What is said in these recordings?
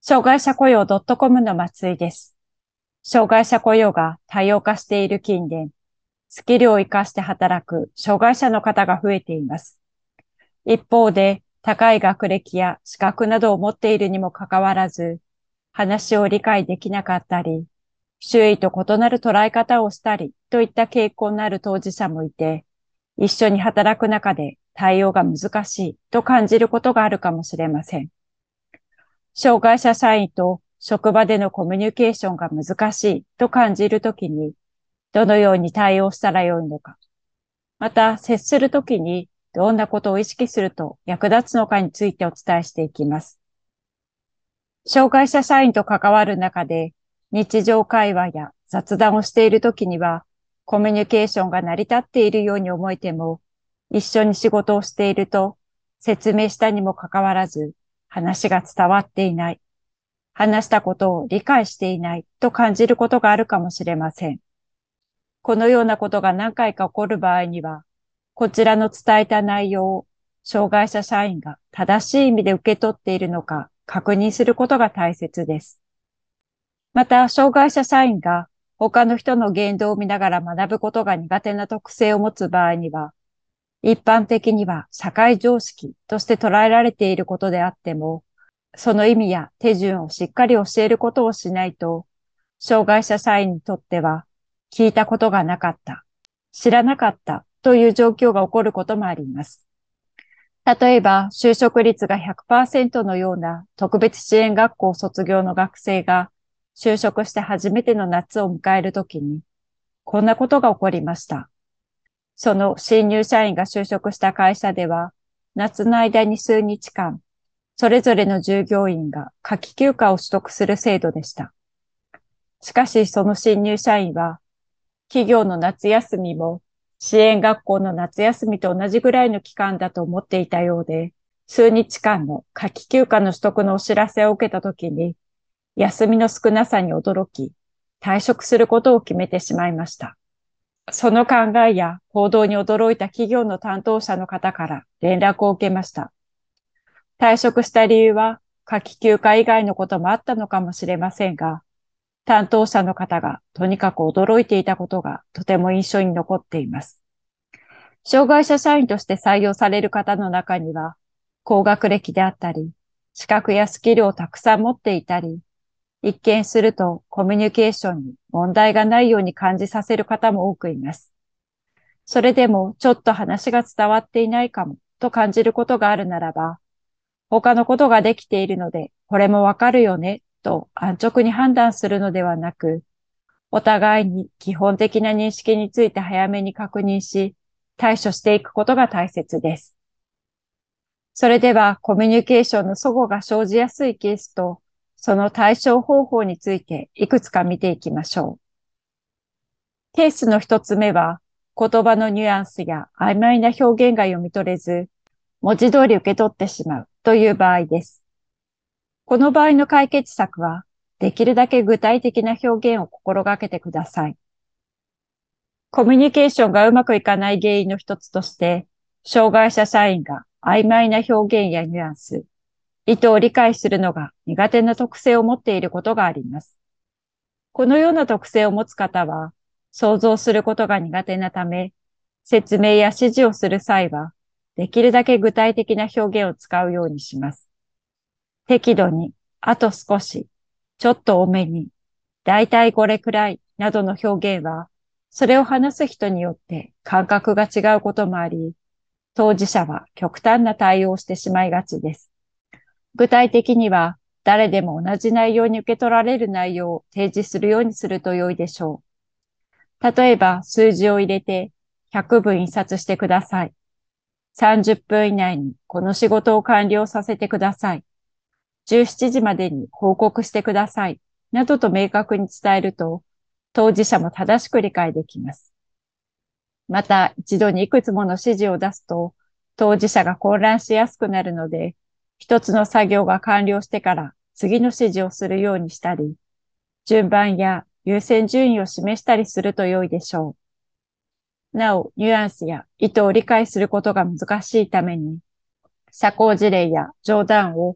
障害者雇用 .com の松井です。障害者雇用が多様化している近年、スキルを活かして働く障害者の方が増えています。一方で、高い学歴や資格などを持っているにもかかわらず、話を理解できなかったり、周囲と異なる捉え方をしたりといった傾向のある当事者もいて、一緒に働く中で対応が難しいと感じることがあるかもしれません。障害者社員と職場でのコミュニケーションが難しいと感じるときに、どのように対応したらよいのか、また接するときにどんなことを意識すると役立つのかについてお伝えしていきます。障害者社員と関わる中で、日常会話や雑談をしているときには、コミュニケーションが成り立っているように思えても、一緒に仕事をしていると、説明したにもかかわらず、話が伝わっていない。話したことを理解していないと感じることがあるかもしれません。このようなことが何回か起こる場合には、こちらの伝えた内容を障害者社員が正しい意味で受け取っているのか確認することが大切です。また、障害者社員が他の人の言動を見ながら学ぶことが苦手な特性を持つ場合には、一般的には社会常識として捉えられていることであっても、その意味や手順をしっかり教えることをしないと、障害者社員にとっては、聞いたことがなかった、知らなかったという状況が起こることもあります。例えば、就職率が100%のような特別支援学校卒業の学生が、就職して初めての夏を迎えるときに、こんなことが起こりました。その新入社員が就職した会社では、夏の間に数日間、それぞれの従業員が夏季休暇を取得する制度でした。しかし、その新入社員は、企業の夏休みも支援学校の夏休みと同じぐらいの期間だと思っていたようで、数日間の夏季休暇の取得のお知らせを受けたときに、休みの少なさに驚き、退職することを決めてしまいました。その考えや行動に驚いた企業の担当者の方から連絡を受けました。退職した理由は夏季休暇以外のこともあったのかもしれませんが、担当者の方がとにかく驚いていたことがとても印象に残っています。障害者社員として採用される方の中には、高学歴であったり、資格やスキルをたくさん持っていたり、一見するとコミュニケーションに問題がないように感じさせる方も多くいます。それでもちょっと話が伝わっていないかもと感じることがあるならば、他のことができているので、これもわかるよねと安直に判断するのではなく、お互いに基本的な認識について早めに確認し、対処していくことが大切です。それでは、コミュニケーションの齟齬が生じやすいケースと、その対処方法についていくつか見ていきましょう。ケースの一つ目は、言葉のニュアンスや曖昧な表現が読み取れず、文字通り受け取ってしまうという場合です。この場合の解決策は、できるだけ具体的な表現を心がけてください。コミュニケーションがうまくいかない原因の一つとして、障害者社員が曖昧な表現やニュアンス、意図を理解するのが苦手な特性を持っていることがあります。このような特性を持つ方は、想像することが苦手なため、説明や指示をする際は、できるだけ具体的な表現を使うようにします。適度に、あと少し、ちょっと多めに、だいたいこれくらいなどの表現は、それを話す人によって感覚が違うこともあり、当事者は極端な対応をしてしまいがちです。具体的には、誰でも同じ内容に受け取られる内容を提示するようにすると良いでしょう。例えば、数字を入れて100分印刷してください。30分以内にこの仕事を完了させてください。17時までに報告してください。などと明確に伝えると、当事者も正しく理解できます。また、一度にいくつもの指示を出すと、当事者が混乱しやすくなるので、一つの作業が完了してから次の指示をするようにしたり、順番や優先順位を示したりすると良いでしょう。なお、ニュアンスや意図を理解することが難しいために、社交辞令や冗談を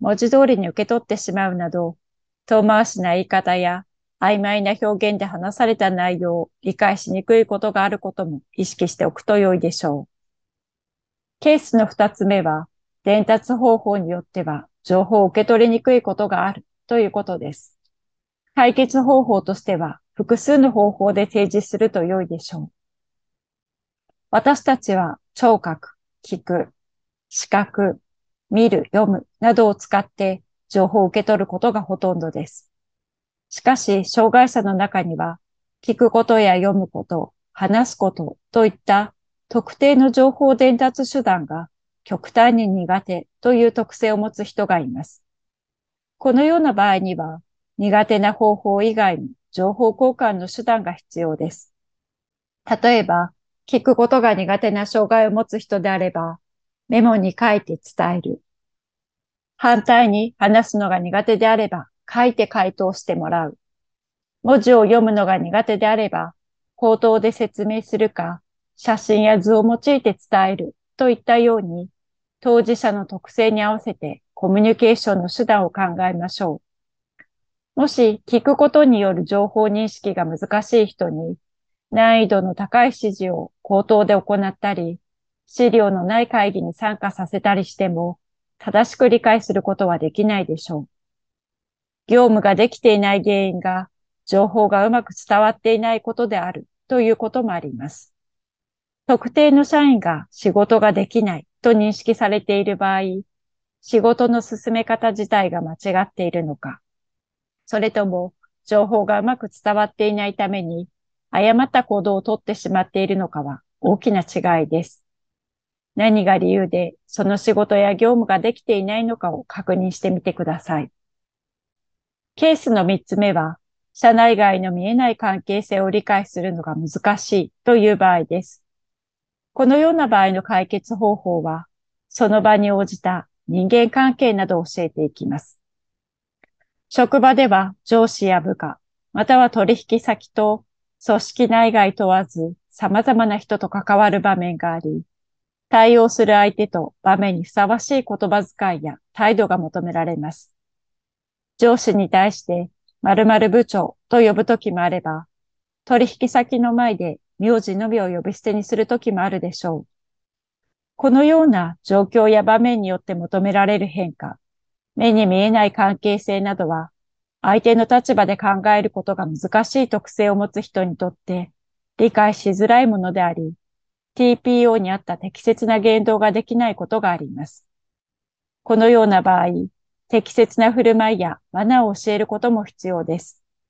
文字通りに受け取ってしまうなど、遠回しな言い方や曖昧な表現で話された内容を理解しにくいことがあることも意識しておくと良いでしょう。ケースの二つ目は、伝達方法によっては情報を受け取りにくいことがあるということです。解決方法としては、複数の方法で提示すると良いでしょう。私たちは聴覚、聞く、視覚、見る、読むなどを使って情報を受け取ることがほとんどです。しかし、障害者の中には、聞くことや読むこと、話すことといった特定の情報伝達手段が極端に苦手という特性を持つ人がいます。このような場合には、苦手な方法以外に情報交換の手段が必要です。例えば、聞くことが苦手な障害を持つ人であれば、メモに書いて伝える。反対に話すのが苦手であれば、書いて回答してもらう。文字を読むのが苦手であれば、口頭で説明するか、写真や図を用いて伝えるといったように、当事者の特性に合わせてコミュニケーションの手段を考えましょう。もし聞くことによる情報認識が難しい人に、難易度の高い指示を口頭で行ったり、資料のない会議に参加させたりしても、正しく理解することはできないでしょう。業務ができていない原因が、情報がうまく伝わっていないことであるということもあります。特定の社員が仕事ができないと認識されている場合、仕事の進め方自体が間違っているのか、それとも情報がうまく伝わっていないために誤った行動をとってしまっているのかは大きな違いです。何が理由でその仕事や業務ができていないのかを確認してみてください。ケースの3つ目は、社内外の見えない関係性を理解するのが難しいという場合です。このような場合の解決方法は、その場に応じた人間関係などを教えていきます。職場では上司や部下、または取引先と組織内外問わず様々な人と関わる場面があり、対応する相手と場面にふさわしい言葉遣いや態度が求められます。上司に対して〇〇部長と呼ぶときもあれば、取引先の前で名字のみを呼び捨てにするときもあるでしょう。このような状況や場面によって求められる変化、目に見えない関係性などは、相手の立場で考えることが難しい特性を持つ人にとって理解しづらいものであり、TPO に合った適切な言動ができないことがあります。このような場合、適切な振る舞いやマナーを教えることも必要です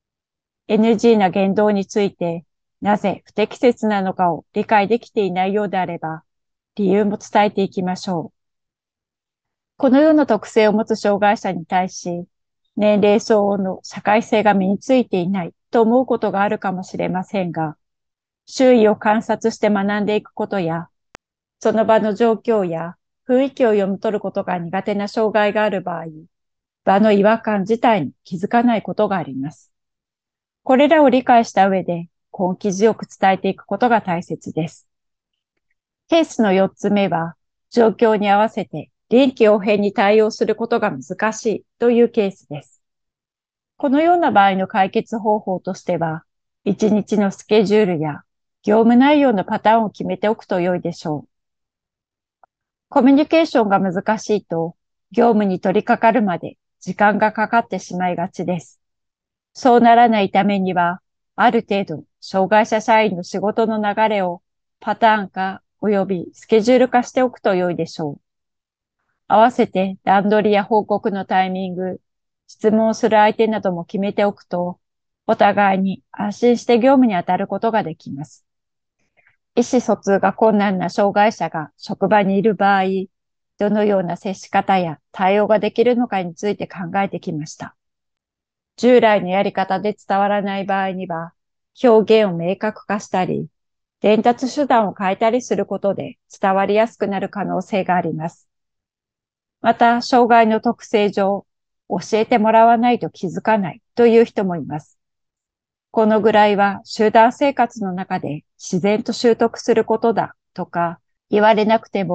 。NG な言動について、なぜ不適切なのかを理解できていないようであれば、理由も伝えていきましょう。このような特性を持つ障害者に対し、年齢相応の社会性が身についていないと思うことがあるかもしれませんが、周囲を観察して学んでいくことや、その場の状況や雰囲気を読み取ることが苦手な障害がある場合、場の違和感自体に気づかないことがあります。これらを理解した上で根気強く伝えていくことが大切です。ケースの4つ目は、状況に合わせて臨機応変に対応することが難しいというケースです。このような場合の解決方法としては、1日のスケジュールや業務内容のパターンを決めておくと良いでしょう。コミュニケーションが難しいと、業務に取り掛かるまで時間がかかってしまいがちです。そうならないためには、ある程度、障害者社員の仕事の流れをパターン化及びスケジュール化しておくと良いでしょう。合わせて段取りや報告のタイミング、質問する相手なども決めておくと、お互いに安心して業務に当たることができます。意思疎通が困難な障害者が職場にいる場合、どのような接し方や対応ができるのかについて考えてきました。従来のやり方で伝わらない場合には、表現を明確化したり、伝達手段を変えたりすることで伝わりやすくなる可能性があります。また、障害の特性上、教えてもらわないと気づかないという人もいます。このぐらいは集団生活の中で自然と習得することだとか言われなくても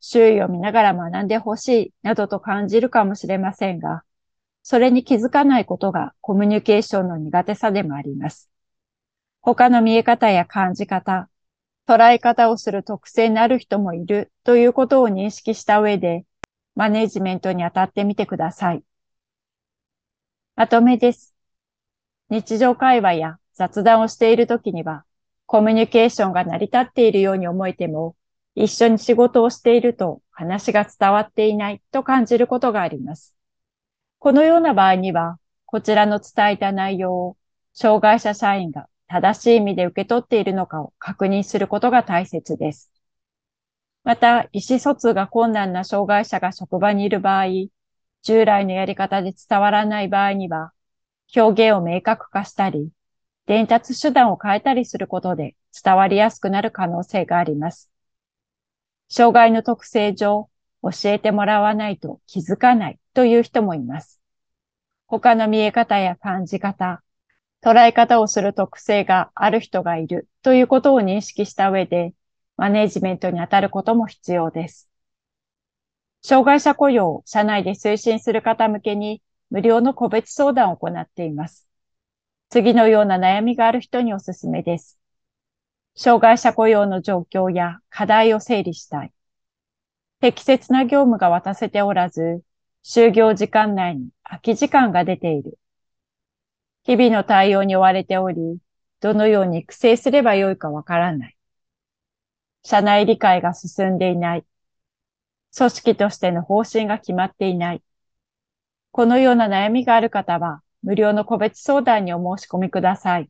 周囲を見ながら学んでほしいなどと感じるかもしれませんが、それに気づかないことがコミュニケーションの苦手さでもあります。他の見え方や感じ方、捉え方をする特性のある人もいるということを認識した上で、マネジメントに当たってみてください。まとめです。日常会話や雑談をしているときには、コミュニケーションが成り立っているように思えても、一緒に仕事をしていると話が伝わっていないと感じることがあります。このような場合には、こちらの伝えた内容を障害者社員が正しい意味で受け取っているのかを確認することが大切です。また、意思疎通が困難な障害者が職場にいる場合、従来のやり方で伝わらない場合には、表現を明確化したり、伝達手段を変えたりすることで伝わりやすくなる可能性があります。障害の特性上、教えてもらわないと気づかないという人もいます。他の見え方や感じ方、捉え方をする特性がある人がいるということを認識した上で、マネジメントに当たることも必要です。障害者雇用を社内で推進する方向けに無料の個別相談を行っています。次のような悩みがある人におすすめです。障害者雇用の状況や課題を整理したい。適切な業務が渡せておらず、就業時間内に空き時間が出ている。日々の対応に追われており、どのように育成すればよいかわからない。社内理解が進んでいない。組織としての方針が決まっていない。このような悩みがある方は、無料の個別相談にお申し込みください。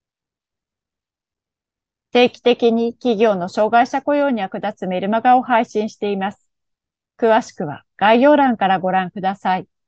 定期的に企業の障害者雇用に役立つメルマガを配信しています。詳しくは概要欄からご覧ください。